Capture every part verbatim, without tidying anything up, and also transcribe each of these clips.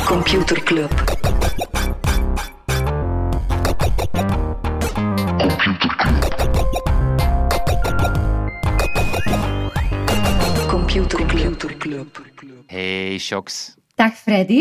Computer Club. Computer Club. Hey, Shox. Dag Freddy.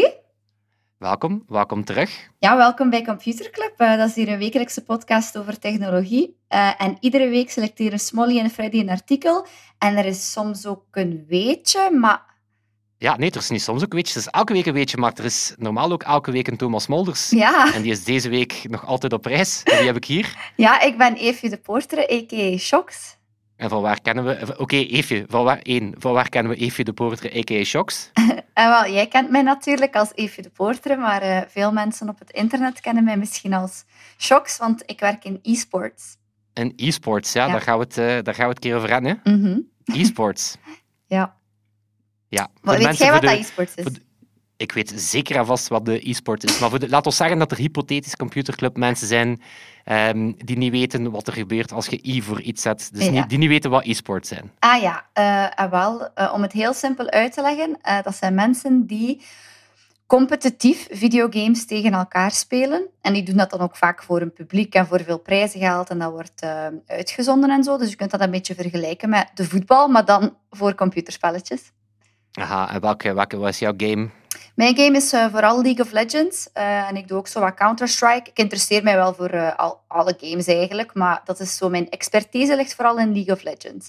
Welkom, welkom terug. Ja, welkom bij Computer Club. Uh, dat is hier een wekelijkse podcast over technologie. Uh, en iedere week selecteren Smolly en Freddy een artikel. En er is soms ook een weetje, maar... Ja, nee, er is niet soms ook een weetje. Het is elke week een weetje, maar er is normaal ook elke week een Thomas Molders. Ja. En die is deze week nog altijd op reis. En die heb ik hier. Ja, ik ben Eefje de Poortere, a k a. Shox. En van waar kennen we... Oké, okay, Eefje, van waar, één, van waar kennen we Eefje de Poortere, a k a. Shox? En wel, jij kent mij natuurlijk als Eefje de Poortere, maar uh, veel mensen op het internet kennen mij misschien als Shox, want ik werk in e-sports. In e-sports, ja, Ja. Daar, gaan we het, uh, daar gaan we het een keer over hebben. Hè? Mm-hmm. E-sports. Ja. Ja. Wat, weet jij wat dat e-sports is? De, ik weet zeker en vast wat de e-sport is. Maar voor de, laat ons zeggen dat er hypothetisch computerclub mensen zijn um, die niet weten wat er gebeurt als je i voor iets zet. Dus Ja. niet, die niet weten wat e-sports zijn. Ah ja, uh, wel, uh, om het heel simpel uit te leggen, uh, dat zijn mensen die competitief videogames tegen elkaar spelen. En die doen dat dan ook vaak voor een publiek en voor veel prijzengeld. En dat wordt uh, uitgezonden en zo. Dus je kunt dat een beetje vergelijken met de voetbal, maar dan voor computerspelletjes. Aha, en welke, welke was jouw game? Mijn game is uh, vooral League of Legends. Uh, en ik doe ook zo wat Counter-Strike. Ik interesseer mij wel voor uh, al, alle games eigenlijk. Maar dat is zo, mijn expertise ligt vooral in League of Legends.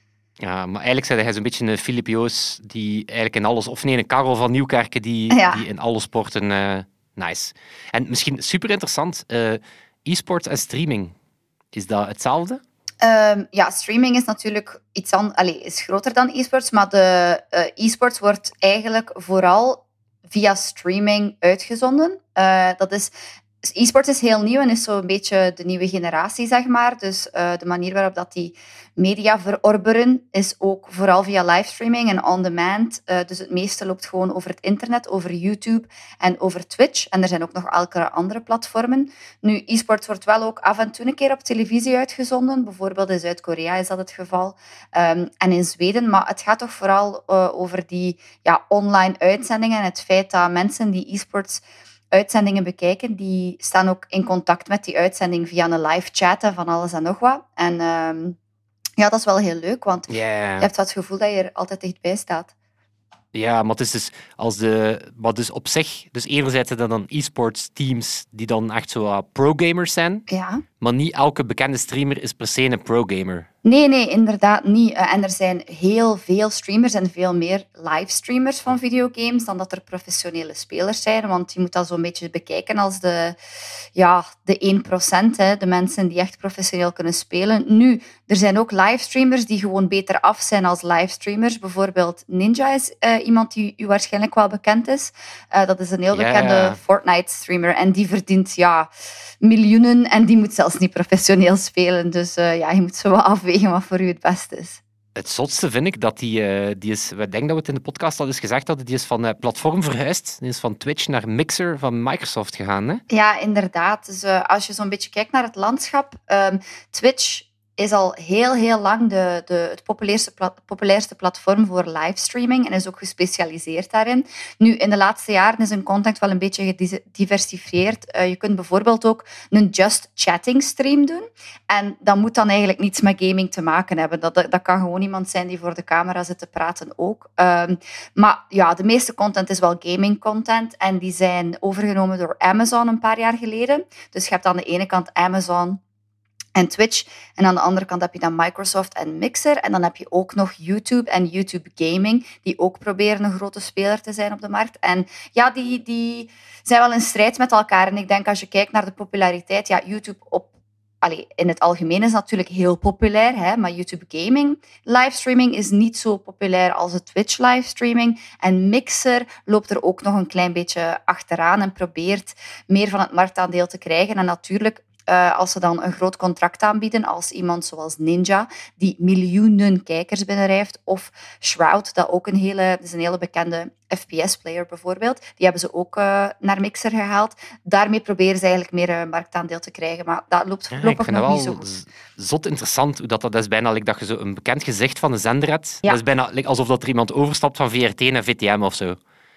Ja, maar eigenlijk zei hij zo'n beetje een Filip Joos die eigenlijk in alles... Of nee, een Karel van Nieuwkerken die, Ja. die in alle sporten... Uh, nice. En misschien super interessant, uh, e-sports en streaming. Is dat hetzelfde? Um, ja, streaming is natuurlijk iets an- Allee, is groter dan e-sports, maar de uh, e-sports wordt eigenlijk vooral via streaming uitgezonden. Uh, dat is... E-sport is heel nieuw en is zo'n beetje de nieuwe generatie, zeg maar. Dus uh, de manier waarop dat die media verorberen is ook vooral via livestreaming en on-demand. Uh, dus het meeste loopt gewoon over het internet, over YouTube en over Twitch. En er zijn ook nog enkele andere platformen. Nu, e-sport wordt wel ook af en toe een keer op televisie uitgezonden. Bijvoorbeeld in Zuid-Korea is dat het geval. Um, en in Zweden. Maar het gaat toch vooral uh, over die ja, online uitzendingen en het feit dat mensen die e-sports uitzendingen bekijken, die staan ook in contact met die uitzending via een live chat en van alles en nog wat. En um, ja, dat is wel heel leuk, want yeah. je hebt wel het gevoel dat je er altijd dichtbij staat. Ja, maar het is dus, als de, maar dus op zich, dus enerzijds zijn dat dan e-sports teams die dan echt zo uh, pro-gamers zijn, Ja. maar niet elke bekende streamer is per se een pro-gamer. Nee, nee, inderdaad niet. Uh, en er zijn heel veel streamers en veel meer livestreamers van videogames dan dat er professionele spelers zijn. Want je moet dat zo'n beetje bekijken als de, ja, de één procent, hè, de mensen die echt professioneel kunnen spelen. Nu, er zijn ook livestreamers die gewoon beter af zijn als livestreamers. Bijvoorbeeld Ninja is uh, iemand die u waarschijnlijk wel bekend is. Uh, dat is een heel bekende Ja. Fortnite-streamer. En die verdient ja, miljoenen en die moet zelfs niet professioneel spelen. Dus uh, ja, je moet zo wat afwegen wat voor u het beste is. Het zotste vind ik dat die, uh, die is, ik denk dat we het in de podcast al eens gezegd hadden, die is van uh, platform verhuisd. Die is van Twitch naar Mixer van Microsoft gegaan. Hè? Ja, inderdaad. Dus uh, als je zo'n beetje kijkt naar het landschap, um, Twitch is al heel, heel lang de, de, het populairste, pla- populairste platform voor livestreaming en is ook gespecialiseerd daarin. Nu, in de laatste jaren is hun content wel een beetje gediversifieerd. Uh, je kunt bijvoorbeeld ook een just chatting stream doen. En dat moet dan eigenlijk niets met gaming te maken hebben. Dat, dat kan gewoon iemand zijn die voor de camera zit te praten ook. Um, maar ja, de meeste content is wel gaming content en die zijn overgenomen door Amazon een paar jaar geleden. Dus je hebt aan de ene kant Amazon en Twitch. En aan de andere kant heb je dan Microsoft en Mixer. En dan heb je ook nog YouTube en YouTube Gaming, die ook proberen een grote speler te zijn op de markt. En ja, die, die zijn wel in strijd met elkaar. En ik denk, als je kijkt naar de populariteit, ja, YouTube op Allee, in het algemeen is natuurlijk heel populair, hè, maar YouTube Gaming livestreaming is niet zo populair als het Twitch livestreaming. En Mixer loopt er ook nog een klein beetje achteraan en probeert meer van het marktaandeel te krijgen. En natuurlijk, Uh, als ze dan een groot contract aanbieden als iemand zoals Ninja, die miljoenen kijkers binnenrijft, of Shroud, dat ook een hele, dat is een hele bekende F P S-player bijvoorbeeld, die hebben ze ook uh, naar Mixer gehaald. Daarmee proberen ze eigenlijk meer uh, marktaandeel te krijgen, maar dat loopt ja, voorlopig nog niet zo goed. Ik vind het wel zot interessant, hoe dat, dat is bijna like, dat je zo een bekend gezicht van een zender hebt. Ja. Dat is bijna like, alsof dat er iemand overstapt van V R T naar V T M of zo.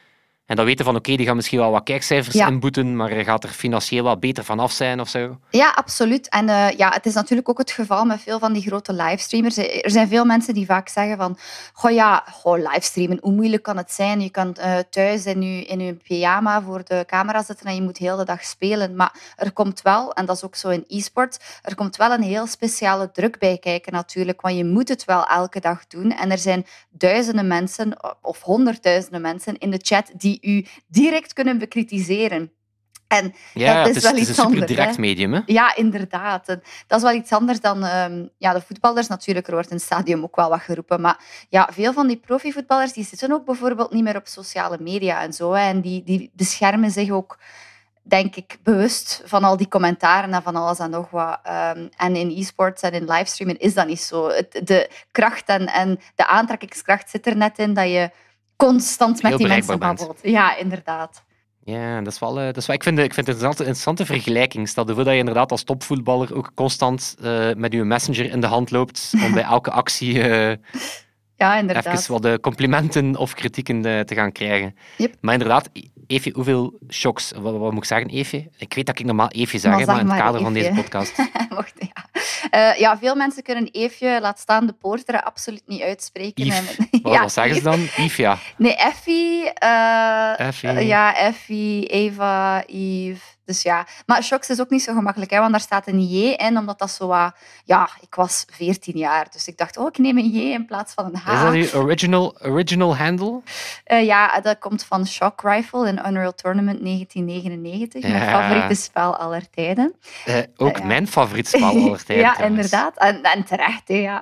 En dan weten van, oké, okay, die gaan misschien wel wat kijkcijfers Ja. inboeten, maar je gaat er financieel wel beter vanaf zijn of zo. Ja, absoluut. En uh, ja, het is natuurlijk ook het geval met veel van die grote livestreamers. Er zijn veel mensen die vaak zeggen van, goh ja, goh, livestreamen, hoe moeilijk kan het zijn? Je kan uh, thuis in je, in je pyjama voor de camera zitten en je moet heel de dag spelen. Maar er komt wel, en dat is ook zo in e-sport, er komt wel een heel speciale druk bij kijken natuurlijk, want je moet het wel elke dag doen. En er zijn duizenden mensen, of honderdduizenden mensen in de chat die u direct kunnen bekritiseren. En ja, dat is, het is, wel het iets is een super anders, direct hè? medium. Hè? Ja, inderdaad. En dat is wel iets anders dan um, ja, de voetballers natuurlijk. Er wordt in het stadion ook wel wat geroepen. Maar ja, veel van die profivoetballers die zitten ook bijvoorbeeld niet meer op sociale media en zo. Hè, en die, die beschermen zich ook, denk ik, bewust van al die commentaren en van alles en nog wat. Um, en in e-sports en in livestreamen is dat niet zo. Het, de kracht en, en de aantrekkingskracht zit er net in dat je constant met Heel die mensen bereikbaar bent. babbelt. Ja, inderdaad. Ja, dat is wel, uh, dat is wel ik, vind, ik vind het een interessante, interessante vergelijking. Stel je voor dat je inderdaad als topvoetballer ook constant uh, met je messenger in de hand loopt om bij elke actie uh, ja, inderdaad. even wat de complimenten of kritieken uh, te gaan krijgen. Yep. Maar inderdaad, Eefje, hoeveel shocks, wat, wat moet ik zeggen, Eefje? Ik weet dat ik normaal Eefje zeg, maar, hè, zeg maar in het maar kader van Eefje. deze podcast. Mocht, ja. Uh, ja, veel mensen kunnen Eefje, laat staan de poorteren, absoluut niet uitspreken. Yves. En, wat, ja, wat zeggen ze dan? Yves, ja. Nee, Effie. Uh, Effie. Uh, ja, Effie, Eva, Yves. Dus ja. Maar shocks is ook niet zo gemakkelijk, hè, want daar staat een J in, omdat dat zo wat... Ja, ik was veertien jaar, dus ik dacht, oh, ik neem een J in plaats van een H. Is dat je original, original handle? Uh, ja, dat komt van Shock Rifle in Unreal Tournament negentien negenennegentig. Ja. Mijn favoriete spel aller tijden. Uh, ook uh, ja. mijn favoriet spel aller tijden. Ja, trouwens. inderdaad. En, en terecht, hè, ja.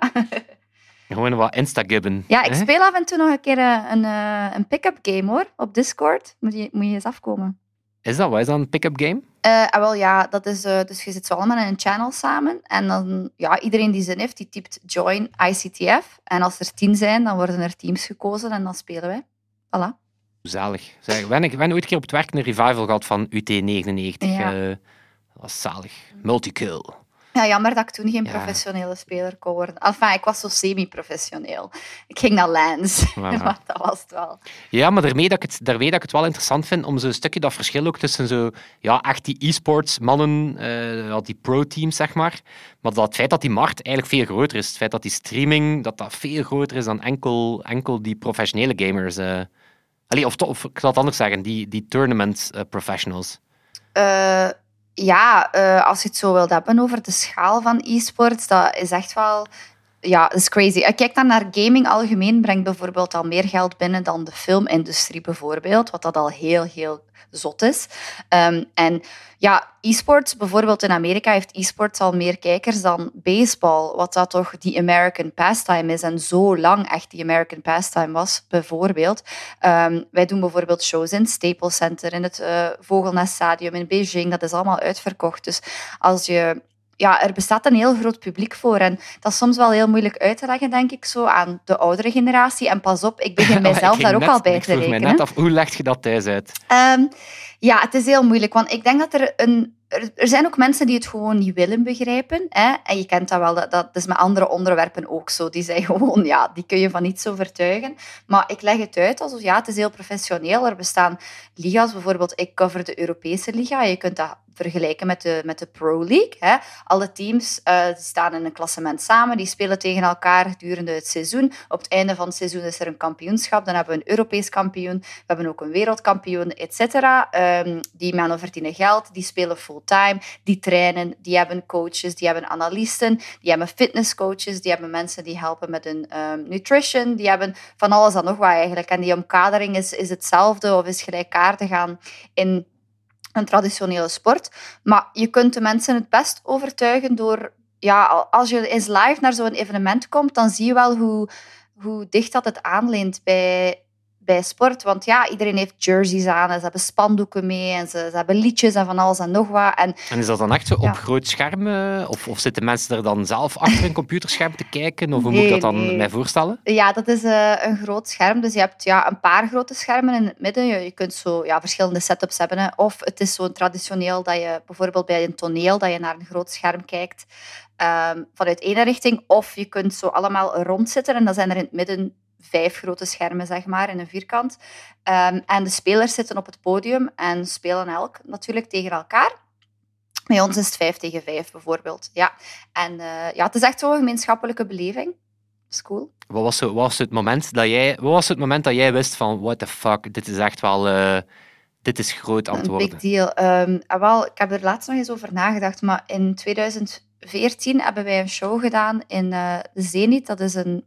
Gewoon wat Instagibben. Ja, ik hè? speel af en toe nog een keer een, een, een pick-up game, hoor. Op Discord. Moet je, moet je eens afkomen. Is dat? Wat is dat, een pick-up game? Uh, wel ja, dat is, uh, dus je zit zo allemaal in een channel samen. En dan, ja, iedereen die zin heeft, die typt join I C T F. En als er tien zijn, dan worden er teams gekozen en dan spelen wij. Voilà. Zalig. Zeg, we hebben ooit een keer op het werk een revival gehad van U T negenennegentig. Ja. Uh, dat was zalig. Multikill. Ja, jammer dat ik toen geen Ja. professionele speler kon worden. Enfin, ik was zo semi-professioneel. Ik ging naar Lens, Ja. maar dat was het wel. Ja, maar daarmee dat, ik het, daarmee dat ik het wel interessant vind om zo'n stukje dat verschil ook tussen zo, ja, echt die e-sports mannen, uh, ja, die pro-teams, zeg maar. Maar dat het feit dat die markt eigenlijk veel groter is. Het feit dat die streaming dat dat veel groter is dan enkel, enkel die professionele gamers. Uh. Allee, of, of ik zal het anders zeggen, die, die tournament uh, professionals. Uh, ja, uh, als je het zo wilt hebben over de schaal van e-sports, dat is echt wel... Ja, dat is crazy. Kijk dan naar gaming algemeen, brengt bijvoorbeeld al meer geld binnen dan de filmindustrie bijvoorbeeld, wat dat al heel, heel zot is. Um, en ja, e-sports, bijvoorbeeld in Amerika, heeft e-sports al meer kijkers dan baseball, wat dat toch die American pastime is en zo lang echt die American pastime was, bijvoorbeeld. Um, wij doen bijvoorbeeld shows in het Staples Center, in het uh, Vogelnest Stadium in Beijing, dat is allemaal uitverkocht. Dus als je... Ja, er bestaat een heel groot publiek voor. En dat is soms wel heel moeilijk uit te leggen, denk ik, zo aan de oudere generatie. En pas op, ik begin mijzelf daar ook net, al bij ik te rekenen. Ik vroeg mij net af, hoe leg je dat thuis uit? Um, ja, het is heel moeilijk. Want ik denk dat er een... Er zijn ook mensen die het gewoon niet willen begrijpen. Hè? En je kent dat wel, dat, dat is met andere onderwerpen ook zo. Die zijn gewoon, ja, die kun je van niets overtuigen. Maar ik leg het uit alsof, ja, het is heel professioneel. Er bestaan liga's, bijvoorbeeld, ik cover de Europese liga. Je kunt dat vergelijken met de, met de Pro League. Hè? Alle teams uh, staan in een klassement samen. Die spelen tegen elkaar gedurende het seizoen. Op het einde van het seizoen is er een kampioenschap. Dan hebben we een Europees kampioen. We hebben ook een wereldkampioen, et cetera. Um, die mannen verdienen geld. Die spelen fulltime. Die trainen. Die hebben coaches. Die hebben analisten. Die hebben fitnesscoaches. Die hebben mensen die helpen met hun um, nutrition. Die hebben van alles en nog wat eigenlijk. En die omkadering is, is hetzelfde of is gelijkaardig aan in een traditionele sport. Maar je kunt de mensen het best overtuigen door... Ja, als je eens live naar zo'n evenement komt, dan zie je wel hoe, hoe dicht dat het aanleent bij, bij sport. Want ja, iedereen heeft jerseys aan en ze hebben spandoeken mee en ze, ze hebben liedjes en van alles en nog wat. En, en is dat dan echt zo op ja. groot scherm? Of, of zitten mensen er dan zelf achter een computerscherm te kijken? Of hoe nee, moet ik dat dan nee. mij voorstellen? Ja, dat is uh, een groot scherm. Dus je hebt ja, een paar grote schermen in het midden. Je, je kunt zo ja, verschillende setups hebben. Hè. Of het is zo traditioneel dat je bijvoorbeeld bij een toneel dat je naar een groot scherm kijkt um, vanuit één richting. Of je kunt zo allemaal rond zitten en dan zijn er in het midden vijf grote schermen, zeg maar, in een vierkant. Um, en de spelers zitten op het podium en spelen elk natuurlijk tegen elkaar. Bij ons is het vijf tegen vijf, bijvoorbeeld. Ja. En uh, ja, het is echt zo'n gemeenschappelijke beleving. Dat is cool. Wat was, zo, wat, was het moment dat jij, wat was het moment dat jij wist van what the fuck, dit is echt wel... Uh, dit is groot aan het worden? Een big deal. Um, wel, ik heb er laatst nog eens over nagedacht, maar in twintig veertien hebben wij een show gedaan in uh, de Zenith. Dat is een,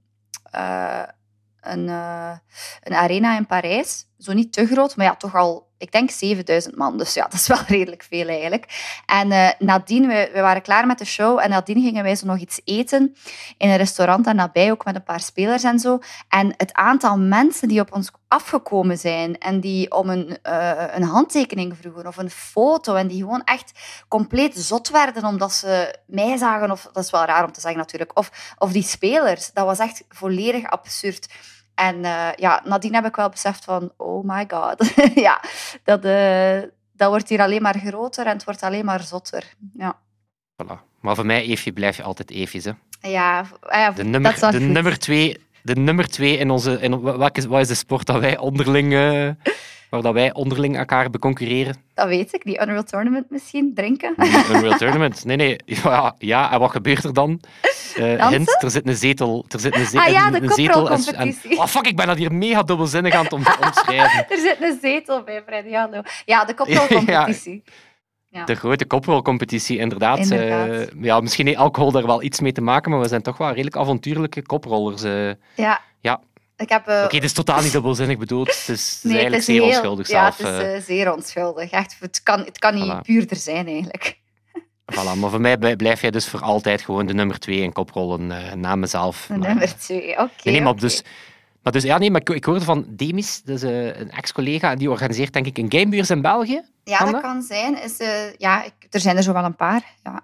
uh, een, uh, een arena in Parijs. Zo niet te groot, maar ja, toch al... Ik denk zevenduizend man, dus ja, dat is wel redelijk veel eigenlijk. En uh, nadien, we, we waren klaar met de show en nadien gingen wij zo nog iets eten in een restaurant en nabij, ook met een paar spelers en zo. En het aantal mensen die op ons afgekomen zijn en die om een, uh, een handtekening vroegen of een foto en die gewoon echt compleet zot werden omdat ze mij zagen, of dat is wel raar om te zeggen natuurlijk, of, of die spelers, dat was echt volledig absurd. En uh, ja, nadien heb ik wel beseft van, oh my god. ja, dat, uh, dat wordt hier alleen maar groter en het wordt alleen maar zotter. Ja. Voilà. Maar voor mij, Eefje, blijf je altijd Eefjes. Hè? Ja, ja de nummer, dat is de nummer twee, de nummer twee in onze... In, wat, is, wat is de sport dat wij onderling... Uh, waar dat wij onderling elkaar beconcurreren? Dat weet ik. Die Unreal Tournament misschien, drinken. Die Unreal Tournament? Nee, nee. Ja, ja, en wat gebeurt er dan? Uh, hint, er zit een zetel. Er zit een zetel. Ah ja, de een zetel koprolcompetitie. Oh fuck, ik ben dat hier mega dubbelzinnig aan het om, omschrijven. Er zit een zetel bij, Freddy. Hallo. Ja, de koprolcompetitie. Ja. De grote koprolcompetitie, inderdaad. inderdaad. Uh, ja, misschien heeft alcohol daar wel iets mee te maken, maar we zijn toch wel redelijk avontuurlijke koprollers. Uh, ja. ja. Ik heb, uh... Oké, okay, het is totaal niet dubbelzinnig bedoeld. Het is, nee, eigenlijk het is zeer heel... onschuldig ja, zelf. Ja, het is uh, zeer onschuldig. Echt, het kan, het kan niet voilà. puurder zijn, eigenlijk. Voilà, maar voor mij blijf jij dus voor altijd gewoon de nummer twee in koprollen uh, na mezelf. De maar, nummer twee, oké. Okay, nee, maar okay. dus... Maar dus, ja, nee, maar ik, ik hoorde van Demis, dat is uh, een ex-collega, en die organiseert denk ik een gamebeurs in België. Ja, kan dat, dat kan zijn. Is, uh, ja, ik, er zijn er zo wel een paar, ja.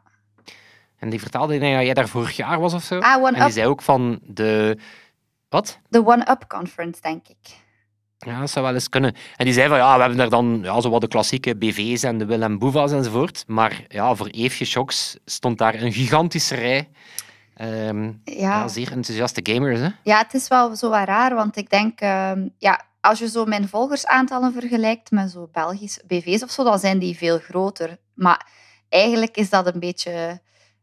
En die vertelde dat jij daar vorig jaar was of zo. Ah, One en die Up. zei ook van de... Wat? De One Up Conference, denk ik. Ja, dat zou wel eens kunnen. En die zei van, ja, we hebben daar dan ja, zo wat de klassieke B V's en de Willem Boeva's enzovoort. Maar ja, voor Eefje Shocks stond daar een gigantische rij. Um, ja. ja, zeer enthousiaste gamers, hè? Ja, het is wel zo wat raar, want ik denk... Um, ja, als je zo mijn volgersaantallen vergelijkt met zo Belgische B V's of zo, dan zijn die veel groter. Maar eigenlijk is dat een beetje...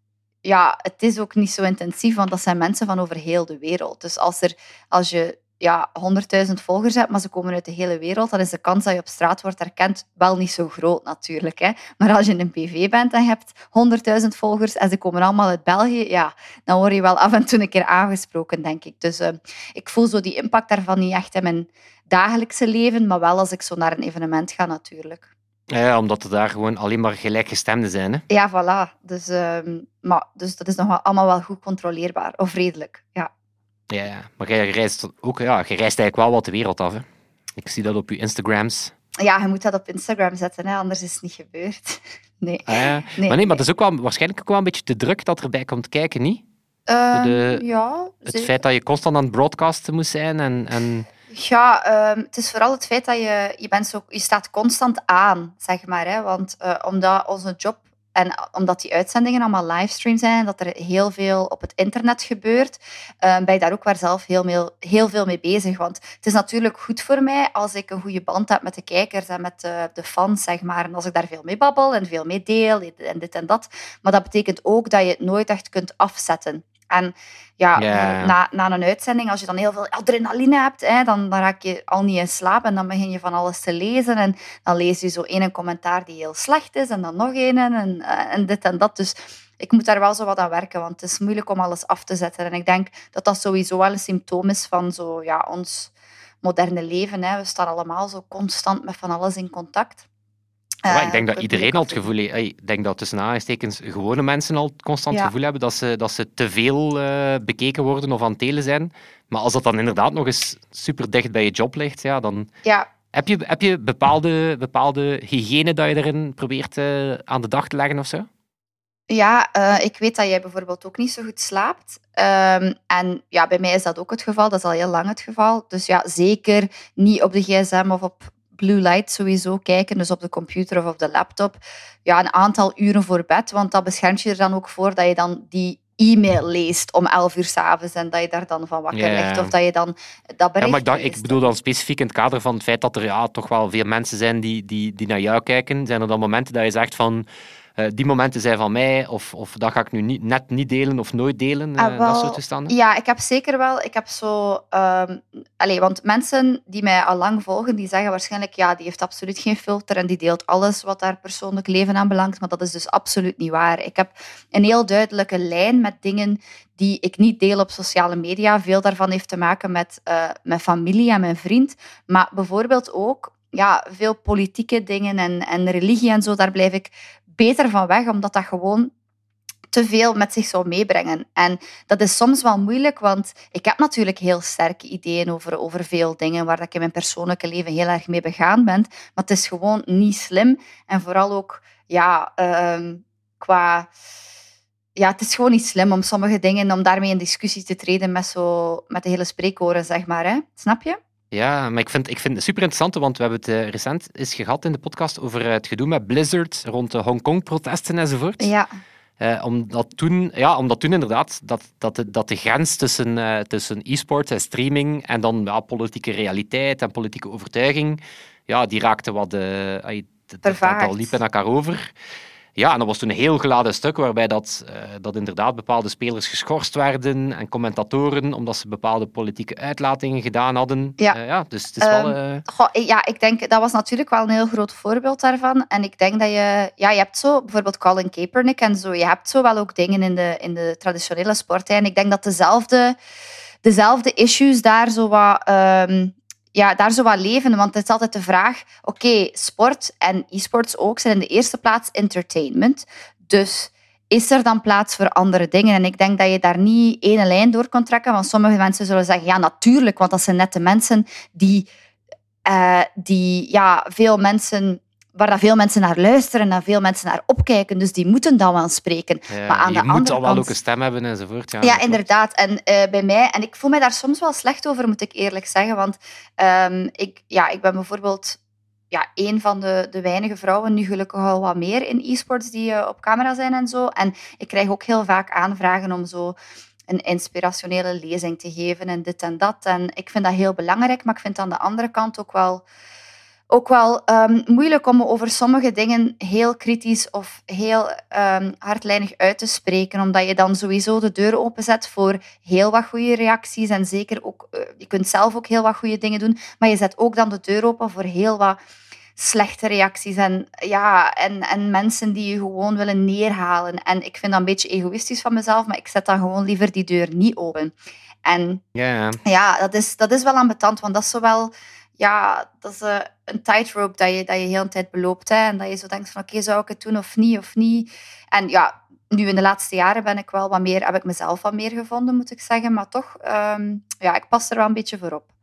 Ja, het is ook niet zo intensief, want dat zijn mensen van over heel de wereld. Dus als, er, als je ja, honderdduizend volgers hebt, maar ze komen uit de hele wereld, dan is de kans dat je op straat wordt herkend wel niet zo groot natuurlijk. Hè. Maar als je een B V bent en je hebt honderdduizend volgers en ze komen allemaal uit België, ja, dan word je wel af en toe een keer aangesproken, denk ik. Dus uh, ik voel zo die impact daarvan niet echt in mijn dagelijkse leven, maar wel als ik zo naar een evenement ga natuurlijk. Ja, omdat er daar gewoon alleen maar gelijkgestemden zijn. Hè? Ja, voilà. Dus, um, maar, dus dat is nog wel, allemaal wel goed controleerbaar. Of redelijk, ja. Ja, ja. Maar jij reist, ook, ja, je reist eigenlijk wel wat de wereld af. Hè? Ik zie dat op je Instagrams. Ja, je moet dat op Instagram zetten, hè? Anders is het niet gebeurd. Nee. Ah, ja. nee. Maar nee, maar dat is ook wel, waarschijnlijk ook wel een beetje te druk dat erbij komt kijken, niet? Um, de, ja, het zeker. feit dat je constant aan het broadcasten moet zijn en... en... Ja, um, het is vooral het feit dat je... Je, bent zo, je staat constant aan, zeg maar. Hè? Want uh, omdat onze job... En omdat die uitzendingen allemaal livestream zijn, dat er heel veel op het internet gebeurt, uh, ben je daar ook wel zelf heel, heel, heel veel mee bezig. Want het is natuurlijk goed voor mij als ik een goede band heb met de kijkers en met de, de fans, zeg maar. En als ik daar veel mee babbel en veel mee deel en dit en dat. Maar dat betekent ook dat je het nooit echt kunt afzetten. En ja, yeah. na, na een uitzending, als je dan heel veel adrenaline hebt, hè, dan, dan raak je al niet in slaap en dan begin je van alles te lezen. En dan lees je zo één commentaar die heel slecht is en dan nog één en, en dit en dat. Dus ik moet daar wel zo wat aan werken, want het is moeilijk om alles af te zetten. En ik denk dat dat sowieso wel een symptoom is van zo, ja, ons moderne leven. Hè. We staan allemaal zo constant met van alles in contact. Ja, ik denk dat iedereen al het gevoel heeft. Ik denk dat tussen aanhalingstekens gewone mensen al constant het ja. gevoel hebben dat ze, dat ze te veel uh, bekeken worden of aan het telen zijn. Maar als dat dan inderdaad nog eens super dicht bij je job ligt, ja, dan... Ja. Heb je, heb je bepaalde, bepaalde hygiëne dat je erin probeert uh, aan de dag te leggen of zo? Ja, uh, ik weet dat jij bijvoorbeeld ook niet zo goed slaapt. Um, en ja, bij mij is dat ook het geval. Dat is al heel lang het geval. Dus ja, zeker niet op de gsm of op blue light sowieso kijken, dus op de computer of op de laptop. Ja, een aantal uren voor bed, want dat beschermt je er dan ook voor dat je dan die e-mail leest om elf uur 's avonds en dat je daar dan van wakker Ja, ja. ligt. Of dat je dan dat bericht Ja, maar ik, dacht, ik leest. bedoel dan specifiek in het kader van het feit dat er ja, toch wel veel mensen zijn die, die, die naar jou kijken. Zijn er dan momenten dat je zegt van... Uh, die momenten zijn van mij, of, of dat ga ik nu niet, net niet delen of nooit delen, uh, Ah, wel, dat soort toestanden? Ja, ik heb zeker wel... Ik heb zo... Um, allez, want mensen die mij al lang volgen, die zeggen waarschijnlijk, ja, die heeft absoluut geen filter en die deelt alles wat haar persoonlijk leven aanbelangt, maar dat is dus absoluut niet waar. Ik heb een heel duidelijke lijn met dingen die ik niet deel op sociale media. Veel daarvan heeft te maken met uh, mijn familie en mijn vriend, maar bijvoorbeeld ook ja, veel politieke dingen en, en religie en zo, daar blijf ik beter van weg, omdat dat gewoon te veel met zich zou meebrengen. En dat is soms wel moeilijk, want ik heb natuurlijk heel sterke ideeën over, over veel dingen waar ik in mijn persoonlijke leven heel erg mee begaan ben, maar het is gewoon niet slim. En vooral ook ja, uh, qua... Ja, het is gewoon niet slim om sommige dingen, om daarmee in discussie te treden met, zo, met de hele spreekoren, zeg maar. Hè? Snap je? Ja, maar ik vind, ik vind het super interessant, want we hebben het uh, recent eens gehad in de podcast over uh, het gedoe met Blizzard rond de Hongkong-protesten enzovoort. Ja. Uh, omdat, toen, ja, omdat toen inderdaad dat, dat, de, dat de grens tussen, uh, tussen e-sports en streaming en dan ja, politieke realiteit en politieke overtuiging, ja, die raakte wat... Uh, dat, dat, dat liep in elkaar over. Ja, en dat was toen een heel geladen stuk waarbij dat, uh, dat inderdaad bepaalde spelers geschorst werden en commentatoren omdat ze bepaalde politieke uitlatingen gedaan hadden. Ja, uh, ja dus het is wel... Uh... Uh... Goh, ja, ik denk, dat was natuurlijk wel een heel groot voorbeeld daarvan. En ik denk dat je... Ja, je hebt zo bijvoorbeeld Colin Kaepernick en zo. Je hebt zo wel ook dingen in de, in de traditionele sport. En ik denk dat dezelfde, dezelfde issues daar zo wat... Um, Ja, daar zo wat leven, want het is altijd de vraag... Oké, okay, sport en e-sports ook zijn in de eerste plaats entertainment. Dus is er dan plaats voor andere dingen? En ik denk dat je daar niet één lijn door kan trekken, want sommige mensen zullen zeggen, ja, natuurlijk, want dat zijn net de mensen die, uh, die ja, veel mensen... waar dat veel mensen naar luisteren en veel mensen naar opkijken. Dus die moeten dan wel spreken. Ja, maar aan je de moet andere al wel kant... ook een stem hebben enzovoort. Ja, ja inderdaad. En uh, bij mij... En ik voel mij daar soms wel slecht over, moet ik eerlijk zeggen. Want um, ik, ja, ik ben bijvoorbeeld ja, een van de, de weinige vrouwen, nu gelukkig al wat meer in e-sports, die uh, op camera zijn en zo. En ik krijg ook heel vaak aanvragen om zo een inspirationele lezing te geven en dit en dat. En ik vind dat heel belangrijk, maar ik vind aan de andere kant ook wel... ook wel um, moeilijk om over sommige dingen heel kritisch of heel um, hardlijnig uit te spreken, omdat je dan sowieso de deur openzet voor heel wat goede reacties en zeker ook, uh, je kunt zelf ook heel wat goede dingen doen, maar je zet ook dan de deur open voor heel wat slechte reacties en, ja, en, en mensen die je gewoon willen neerhalen. En ik vind dat een beetje egoïstisch van mezelf, maar ik zet dan gewoon liever die deur niet open. En ja, ja dat, is, dat is wel ambetant, want dat is zowel... Ja, dat is uh, een tightrope dat je, dat je heel de tijd beloopt. Hè, en dat je zo denkt van, oké, okay, zou ik het doen of niet, of niet? En ja, nu in de laatste jaren ben ik wel wat meer, heb ik mezelf wat meer gevonden, moet ik zeggen. Maar toch, um, ja, ik pas er wel een beetje voor op.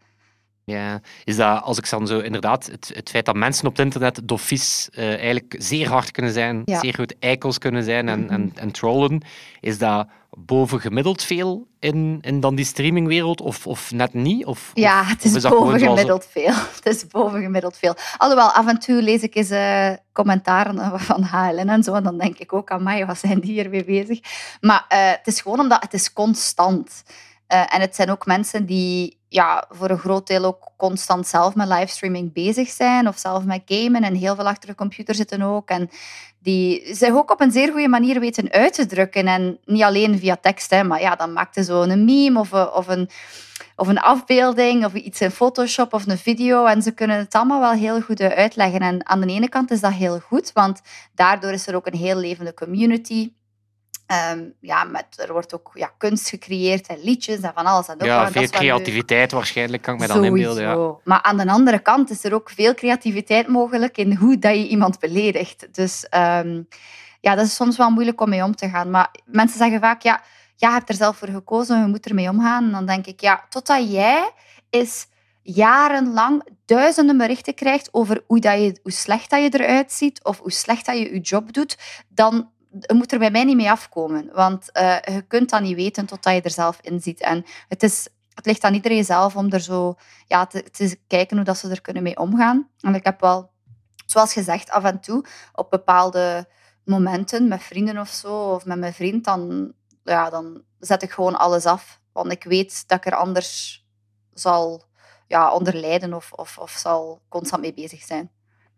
Ja, is dat, als ik dan zo inderdaad, het, het feit dat mensen op het internet doffies uh, eigenlijk zeer hard kunnen zijn, ja. zeer goed eikels kunnen zijn en, mm-hmm. en, en trollen, is dat bovengemiddeld veel in, in dan die streamingwereld of, of net niet? Of, ja, of, het is, is bovengemiddeld zo... veel. Het is bovengemiddeld veel. Alhoewel, af en toe lees ik eens uh, commentaren van H L N en zo, en dan denk ik ook, amai, wat zijn die hiermee bezig? Maar uh, het is gewoon omdat het is constant. Uh, en het zijn ook mensen die ja, voor een groot deel ook constant zelf met livestreaming bezig zijn of zelf met gamen en heel veel achter de computer zitten ook. En die zich ook op een zeer goede manier weten uit te drukken. En niet alleen via tekst, hè, maar ja, dan maakte zo een meme of een, of, een, of een afbeelding of iets in Photoshop of een video. En ze kunnen het allemaal wel heel goed uitleggen. En aan de ene kant is dat heel goed, want daardoor is er ook een heel levende community. Um, ja, met, er wordt ook ja, kunst gecreëerd en liedjes en van alles. En ook ja, wel, veel creativiteit leuk. Waarschijnlijk, kan ik me dan inbeelden. Ja. Maar aan de andere kant is er ook veel creativiteit mogelijk in hoe dat je iemand beledigt. Dus um, ja, dat is soms wel moeilijk om mee om te gaan. Maar mensen zeggen vaak, ja, jij hebt er zelf voor gekozen, je moet ermee omgaan. En dan denk ik, ja, totdat jij is jarenlang duizenden berichten krijgt over hoe, dat je, hoe slecht dat je eruit ziet of hoe slecht dat je je job doet, dan je moet er bij mij niet mee afkomen. Want uh, je kunt dat niet weten totdat je er zelf in zit. En het, is, het ligt aan iedereen zelf om er zo ja, te, te kijken hoe dat ze er kunnen mee omgaan. En ik heb wel, zoals gezegd, af en toe op bepaalde momenten met vrienden of zo, of met mijn vriend, dan ja, dan zet ik gewoon alles af. Want ik weet dat ik er anders zal ja, onder lijden of, of, of zal constant mee bezig zijn.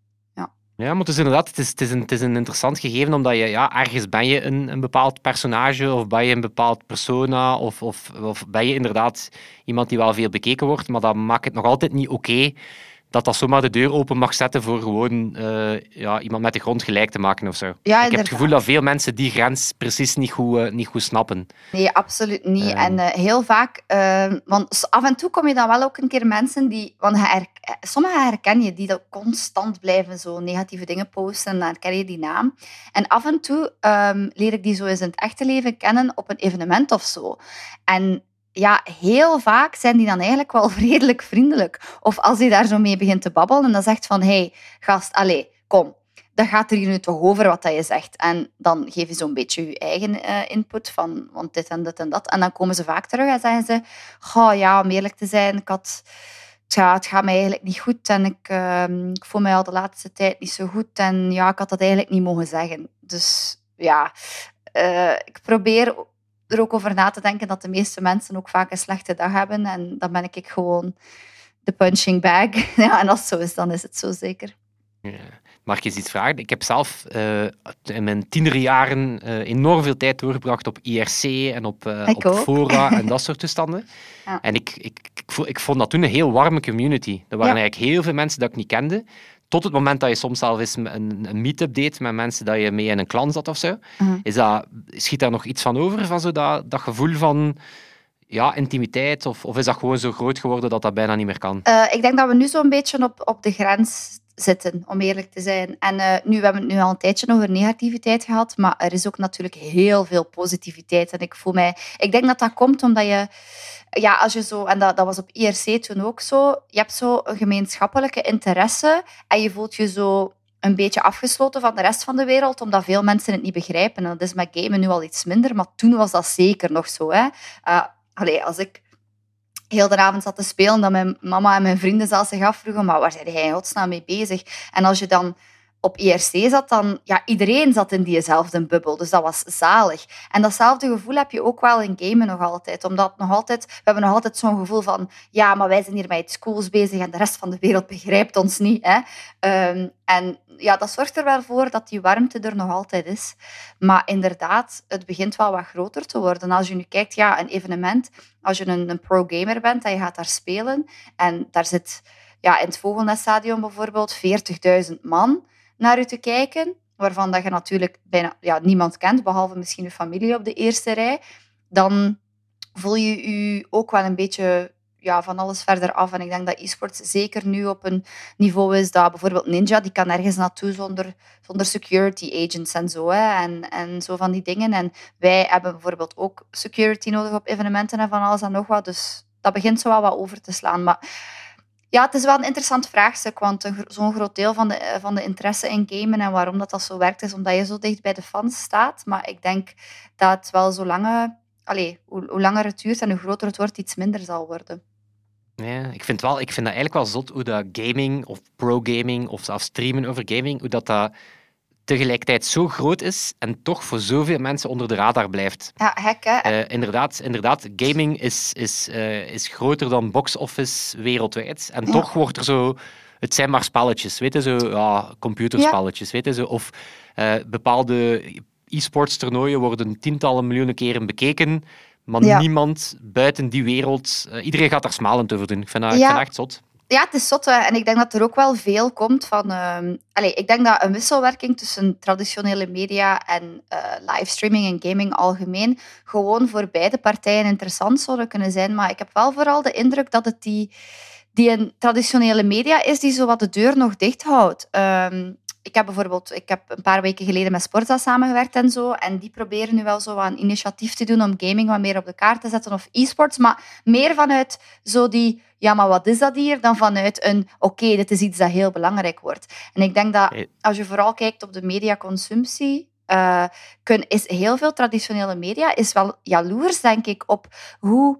Ja, maar het is inderdaad het is, het is, een, het is een interessant gegeven, omdat je ja, ergens ben je een, een bepaald personage of ben je een bepaald persona of, of, of ben je inderdaad iemand die wel veel bekeken wordt, maar dat maakt het nog altijd niet oké dat dat zomaar de deur open mag zetten voor gewoon uh, ja, iemand met de grond gelijk te maken of zo. Ja, ik heb het gevoel dat veel mensen die grens precies niet goed, uh, niet goed snappen. Nee, absoluut niet. Um. En uh, heel vaak... Uh, want af en toe kom je dan wel ook een keer mensen die... Want her, sommigen herken je, die dat constant blijven zo negatieve dingen posten. En dan herken je die naam. En af en toe um, leer ik die zo eens in het echte leven kennen op een evenement of zo. En... Ja, heel vaak zijn die dan eigenlijk wel redelijk vriendelijk. Of als hij daar zo mee begint te babbelen en dan zegt van, hé, hey, gast, allez, kom, dat gaat er hier nu toch over wat dat je zegt. En dan geef je zo'n beetje je eigen uh, input van, want dit en dit en dat. En dan komen ze vaak terug en zeggen ze, oh ja, om eerlijk te zijn, ik had... Ja, het gaat mij eigenlijk niet goed en ik, uh, ik voel mij al de laatste tijd niet zo goed. En ja, ik had dat eigenlijk niet mogen zeggen. Dus ja, uh, ik probeer... er ook over na te denken dat de meeste mensen ook vaak een slechte dag hebben. En dan ben ik gewoon de punching bag. Ja, en als het zo is, dan is het zo zeker. Ja. Mag ik eens iets vragen? Ik heb zelf uh, in mijn tienerjaren uh, enorm veel tijd doorgebracht op I R C en op, uh, op fora en dat soort toestanden. Ja. En ik, ik, ik, ik vond dat toen een heel warme community. Er waren ja. eigenlijk heel veel mensen dat ik niet kende. Tot het moment dat je soms zelf eens een, een meet-up deed met mensen dat je mee in een klan zat of zo. Uh-huh. Is dat, schiet daar nog iets van over, van zo dat, dat gevoel van ja, intimiteit? Of, of is dat gewoon zo groot geworden dat dat bijna niet meer kan? Uh, ik denk dat we nu zo'n beetje op, op de grens zitten, om eerlijk te zijn. En uh, nu, we hebben het nu al een tijdje over negativiteit gehad, maar er is ook natuurlijk heel veel positiviteit. En ik voel mij... Ik denk dat dat komt omdat je... Ja, als je zo... En dat, dat was op I R C toen ook zo. Je hebt zo een gemeenschappelijke interesse en je voelt je zo een beetje afgesloten van de rest van de wereld, omdat veel mensen het niet begrijpen. En dat is met gamen nu al iets minder, maar toen was dat zeker nog zo. Hè. Uh, allee, als ik heel de avond zat te spelen, dat mijn mama en mijn vrienden zelfs zich afvroegen, maar waar zijn jij in godsnaam mee bezig? En als je dan op I R C zat, dan... Ja, iedereen zat in diezelfde bubbel, dus dat was zalig. En datzelfde gevoel heb je ook wel in gamen nog altijd. Omdat nog altijd... We hebben nog altijd zo'n gevoel van... Ja, maar wij zijn hier met iets cools bezig en de rest van de wereld begrijpt ons niet. Hè? Um, en ja, dat zorgt er wel voor dat die warmte er nog altijd is. Maar inderdaad, het begint wel wat groter te worden. Als je nu kijkt, ja, een evenement... Als je een, een pro-gamer bent en je gaat daar spelen en daar zit... Ja, in het Vogelneststadion bijvoorbeeld veertigduizend man naar u te kijken, waarvan dat je natuurlijk bijna ja, niemand kent, behalve misschien je familie op de eerste rij, dan voel je je ook wel een beetje ja, van alles verder af. En ik denk dat e-sports zeker nu op een niveau is dat bijvoorbeeld Ninja, die kan nergens naartoe zonder, zonder security agents en zo. Hè, en, en zo van die dingen. En wij hebben bijvoorbeeld ook security nodig op evenementen en van alles en nog wat. Dus dat begint zo wel wat over te slaan. Maar ja, het is wel een interessant vraagstuk, want een, zo'n groot deel van de, van de interesse in gamen en waarom dat, dat zo werkt, is omdat je zo dicht bij de fans staat. Maar ik denk dat het wel zo lange, allez, hoe, hoe langer het duurt en hoe groter het wordt, iets minder zal worden. Ja, ik vind, wel, ik vind dat eigenlijk wel zot hoe dat gaming of pro-gaming of zelfs streamen over gaming, hoe dat, dat tegelijkertijd zo groot is en toch voor zoveel mensen onder de radar blijft. Ja, gek hè? Uh, inderdaad, inderdaad, gaming is, is, uh, is groter dan box-office wereldwijd. En ja. toch wordt er zo... Het zijn maar spelletjes, weet je, zo, ja, computerspelletjes, ja. weet je, zo. Of uh, bepaalde e-sports toernooien worden tientallen miljoenen keren bekeken, maar ja. niemand buiten die wereld... Uh, iedereen gaat daar smalend over doen. Ik vind dat, ja. ik vind dat echt zot. Ja, het is zot. Hè. En ik denk dat er ook wel veel komt van... Uh, allez, ik denk dat een wisselwerking tussen traditionele media en uh, livestreaming en gaming algemeen gewoon voor beide partijen interessant zouden kunnen zijn. Maar ik heb wel vooral de indruk dat het die, die een traditionele media is die zo wat de deur nog dicht houdt. Um, Ik heb bijvoorbeeld ik heb een paar weken geleden met Sporza samengewerkt en zo. En die proberen nu wel zo een initiatief te doen om gaming wat meer op de kaart te zetten of e-sports. Maar meer vanuit zo die... Ja, maar wat is dat hier? Dan vanuit een... Oké, okay, dit is iets dat heel belangrijk wordt. En ik denk dat als je vooral kijkt op de mediaconsumptie... Uh, kun, is heel veel traditionele media is wel jaloers, denk ik, op hoe,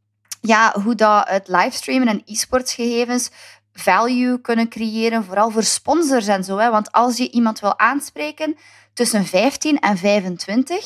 ja, hoe dat het livestreamen en e-sports gegevens... value kunnen creëren, vooral voor sponsors en zo. Hè. Want als je iemand wil aanspreken tussen vijftien en vijfentwintig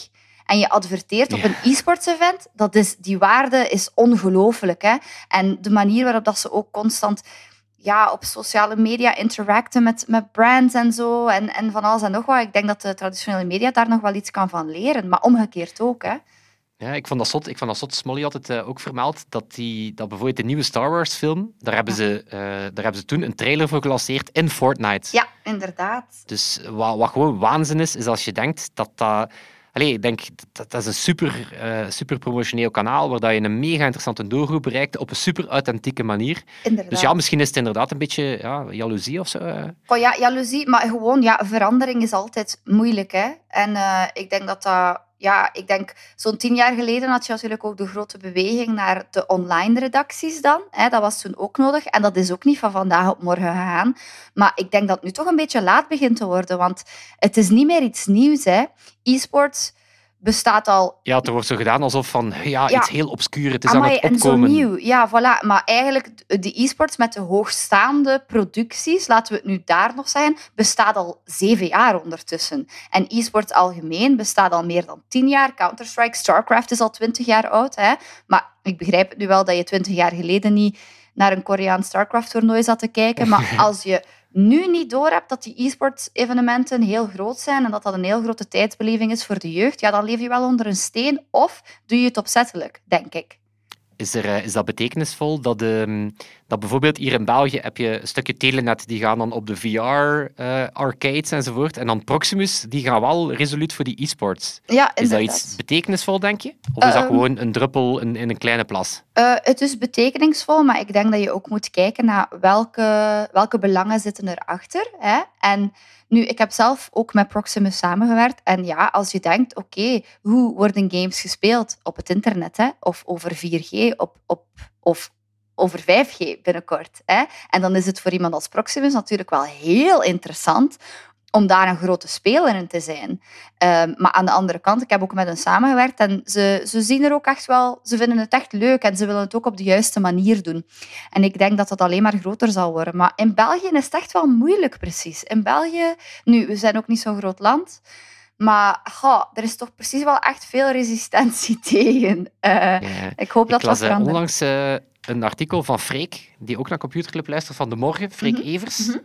en je adverteert op een e-sports event, dat is, die waarde is ongelooflijk. Hè? En de manier waarop dat ze ook constant ja, op sociale media interacten met, met brands en zo, en, en van alles en nog wat. Ik denk dat de traditionele media daar nog wel iets kan van leren, maar omgekeerd ook. Hè? Ja, ik vond dat zot. Ik vond dat zot. Smolly had het uh, ook vermeld dat, die, dat bijvoorbeeld de nieuwe Star Wars film, daar hebben, ja. ze, uh, daar hebben ze toen een trailer voor gelanceerd in Fortnite. Ja, inderdaad. Dus wat, wat gewoon waanzin is, is als je denkt dat dat... Allee, ik denk, dat, dat is een super, uh, super promotioneel kanaal waar je een mega interessante doelgroep bereikt op een super authentieke manier. Inderdaad. Dus ja, misschien is het inderdaad een beetje ja, jaloezie of zo. Uh. Oh ja, jaloezie, maar gewoon, ja, verandering is altijd moeilijk, hè. En uh, ik denk dat dat... Ja, ik denk, zo'n tien jaar geleden had je natuurlijk ook de grote beweging naar de online redacties dan. Hè, dat was toen ook nodig. En dat is ook niet van vandaag op morgen gegaan. Maar ik denk dat het nu toch een beetje laat begint te worden. Want het is niet meer iets nieuws, hè. E-sports bestaat al... Ja, er wordt zo gedaan alsof van, ja, ja. iets heel obscuur. Het is Amai, aan het opkomen. En zo nieuw. Ja, voilà. Maar eigenlijk, de e-sports met de hoogstaande producties, laten we het nu daar nog zeggen, bestaat al zeven jaar ondertussen. En e-sports algemeen bestaat al meer dan tien jaar. Counter-Strike, StarCraft is al twintig jaar oud. Hè. Maar ik begrijp het nu wel dat je twintig jaar geleden niet naar een Koreaans StarCraft-toernooi zat te kijken. Maar als je nu niet doorhebt dat die e-sports-evenementen heel groot zijn en dat dat een heel grote tijdsbeleving is voor de jeugd, ja, dan leef je wel onder een steen of doe je het opzettelijk, denk ik. Is, er, is dat betekenisvol dat, um, dat bijvoorbeeld hier in België heb je een stukje Telenet, die gaan dan op de V R-arcades uh, enzovoort, en dan Proximus, die gaan wel resoluut voor die e-sports. Ja, is dat iets betekenisvol, denk je? Of is dat uh, gewoon een druppel in, in een kleine plas? Uh, het is betekenisvol, maar ik denk dat je ook moet kijken naar welke, welke belangen zitten erachter. Hè? En nu, ik heb zelf ook met Proximus samengewerkt. En ja, als je denkt, oké, okay, hoe worden games gespeeld? Op het internet, hè? Of over vier G, op, op, of over vijf G binnenkort. Hè? En dan is het voor iemand als Proximus natuurlijk wel heel interessant om daar een grote speler in te zijn. Um, maar aan de andere kant, ik heb ook met hen samengewerkt en ze, ze zien er ook echt wel, ze vinden het echt leuk en ze willen het ook op de juiste manier doen. En ik denk dat dat alleen maar groter zal worden. Maar in België is het echt wel moeilijk, precies. In België, nu, we zijn ook niet zo'n groot land, maar goh, er is toch precies wel echt veel resistentie tegen. Uh, ja, ik hoop dat ik las, dat verandert. onlangs uh, een artikel van Freek, die ook naar Computerclub luistert van de morgen, Freek mm-hmm. Evers. Mm-hmm.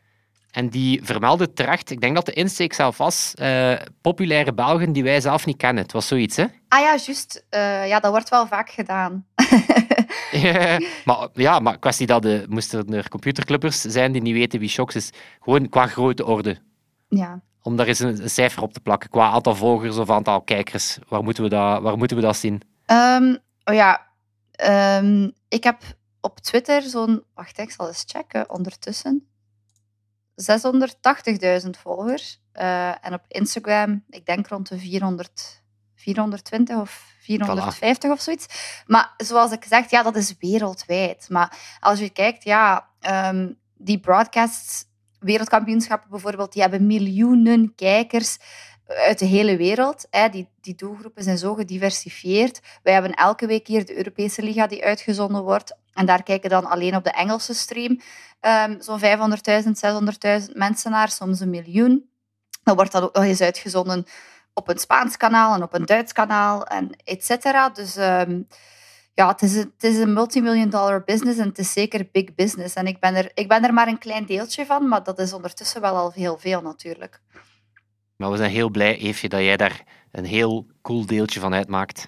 En die vermeldde terecht, ik denk dat de insteek zelf was, uh, populaire Belgen die wij zelf niet kennen. Het was zoiets, hè? Ah ja, juist. Uh, ja, dat wordt wel vaak gedaan. ja, maar, ja, maar kwestie dat de, moesten er computerclubbers zijn die niet weten wie Shox is. Gewoon qua grote orde. Ja. Om daar eens een, een cijfer op te plakken, qua aantal volgers of aantal kijkers. Waar moeten we dat, waar moeten we dat zien? Um, oh ja, um, ik heb op Twitter zo'n... Wacht, ik zal eens checken ondertussen. zeshonderdtachtigduizend volgers. Uh, en op Instagram, ik denk rond de vierhonderd, vierhonderdtwintig of vierhonderdvijftig voilà. Of zoiets. Maar zoals ik zeg, ja, dat is wereldwijd. Maar als je kijkt, ja, um, die broadcasts, wereldkampioenschappen bijvoorbeeld, die hebben miljoenen kijkers uit de hele wereld. Hè. Die, die doelgroepen zijn zo gediversifieerd. Wij hebben elke week hier de Europese Liga die uitgezonden wordt. En daar kijken dan alleen op de Engelse stream um, zo'n vijfhonderdduizend, zeshonderdduizend mensen naar, soms een miljoen. Dan wordt dat ook nog eens uitgezonden op een Spaans kanaal en op een Duits kanaal, en et cetera. Dus um, ja, het is, een, het is een multimillion dollar business en het is zeker big business. En ik ben, er, ik ben er maar een klein deeltje van, maar dat is ondertussen wel al heel veel natuurlijk. Maar we zijn heel blij, Eefje, dat jij daar een heel cool deeltje van uitmaakt.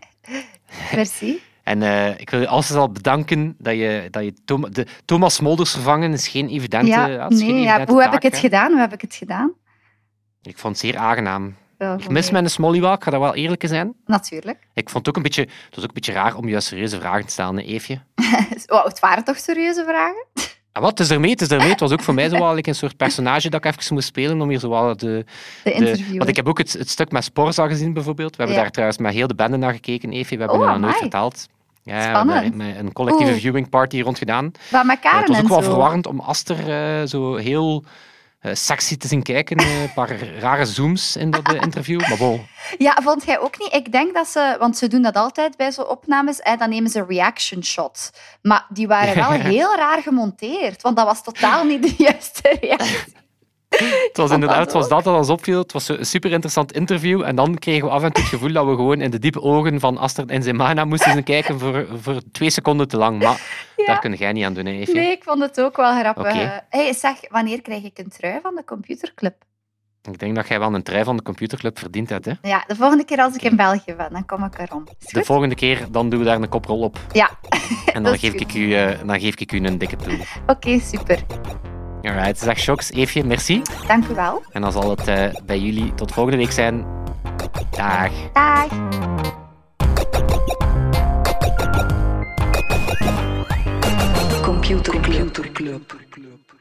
Merci. En uh, ik wil je alsnog al bedanken dat je, dat je Tom, de, Thomas Smolders vervangen is geen evidente ja, ja, nee, geen ja, evidente hoe taak, heb ik het hè? gedaan? Hoe heb ik het gedaan? Ik vond het zeer aangenaam. Wel, ik mis mijn Smolly wel, ik ga daar wel eerlijk in zijn. Natuurlijk. Ik vond het ook een beetje, het was ook een beetje raar om je serieuze vragen te stellen, hè, Eefje. oh, het waren toch serieuze vragen? Ah, wat, het is ermee, het is ermee. Het was ook voor mij zo wel een soort personage dat ik even moest spelen om hier zo wel de... De interview. Want ik heb ook het, het stuk met Sporza gezien, bijvoorbeeld. We hebben ja. daar trouwens met heel de bende naar gekeken, Eefje. We hebben oh, het nog nooit verteld. Ja, we hebben daar een collectieve Oeh. viewing party rond gedaan. Wat met Karen uh, het was ook en wel zo. verwarrend om Aster uh, zo heel uh, sexy te zien kijken. Uh, een paar rare zooms in dat uh, interview. Maar bon. Ja, vond jij ook niet? Ik denk dat ze... Want ze doen dat altijd bij zo'n opnames. Hè, dan nemen ze reaction shots. Maar die waren wel heel raar gemonteerd. Want dat was totaal niet de juiste reactie. Het was inderdaad, het was dat dat ons opviel. Het was een super interessant interview. En dan kregen we af en toe het gevoel dat we gewoon in de diepe ogen van Astrid en Zemana moesten gaan kijken voor, voor twee seconden te lang. Maar ja. Daar kun jij niet aan doen, hè, Eefje? Nee, ik vond het ook wel grappig. Okay. Hey, zeg, wanneer krijg ik een trui van de computerclub? Ik denk dat jij wel een trui van de computerclub verdiend hebt. Hè? Ja, de volgende keer als ik in België ben, dan kom ik erom. De volgende keer dan doen we daar een koprol op. Ja. En dan, geef ik, u, uh, dan geef ik u een dikke toe. Oké, okay, super. Alright, zeg Shox, Eefje, merci. Dank u wel. En dan zal het uh, bij jullie tot volgende week zijn. Dag. Dag. Computer Club.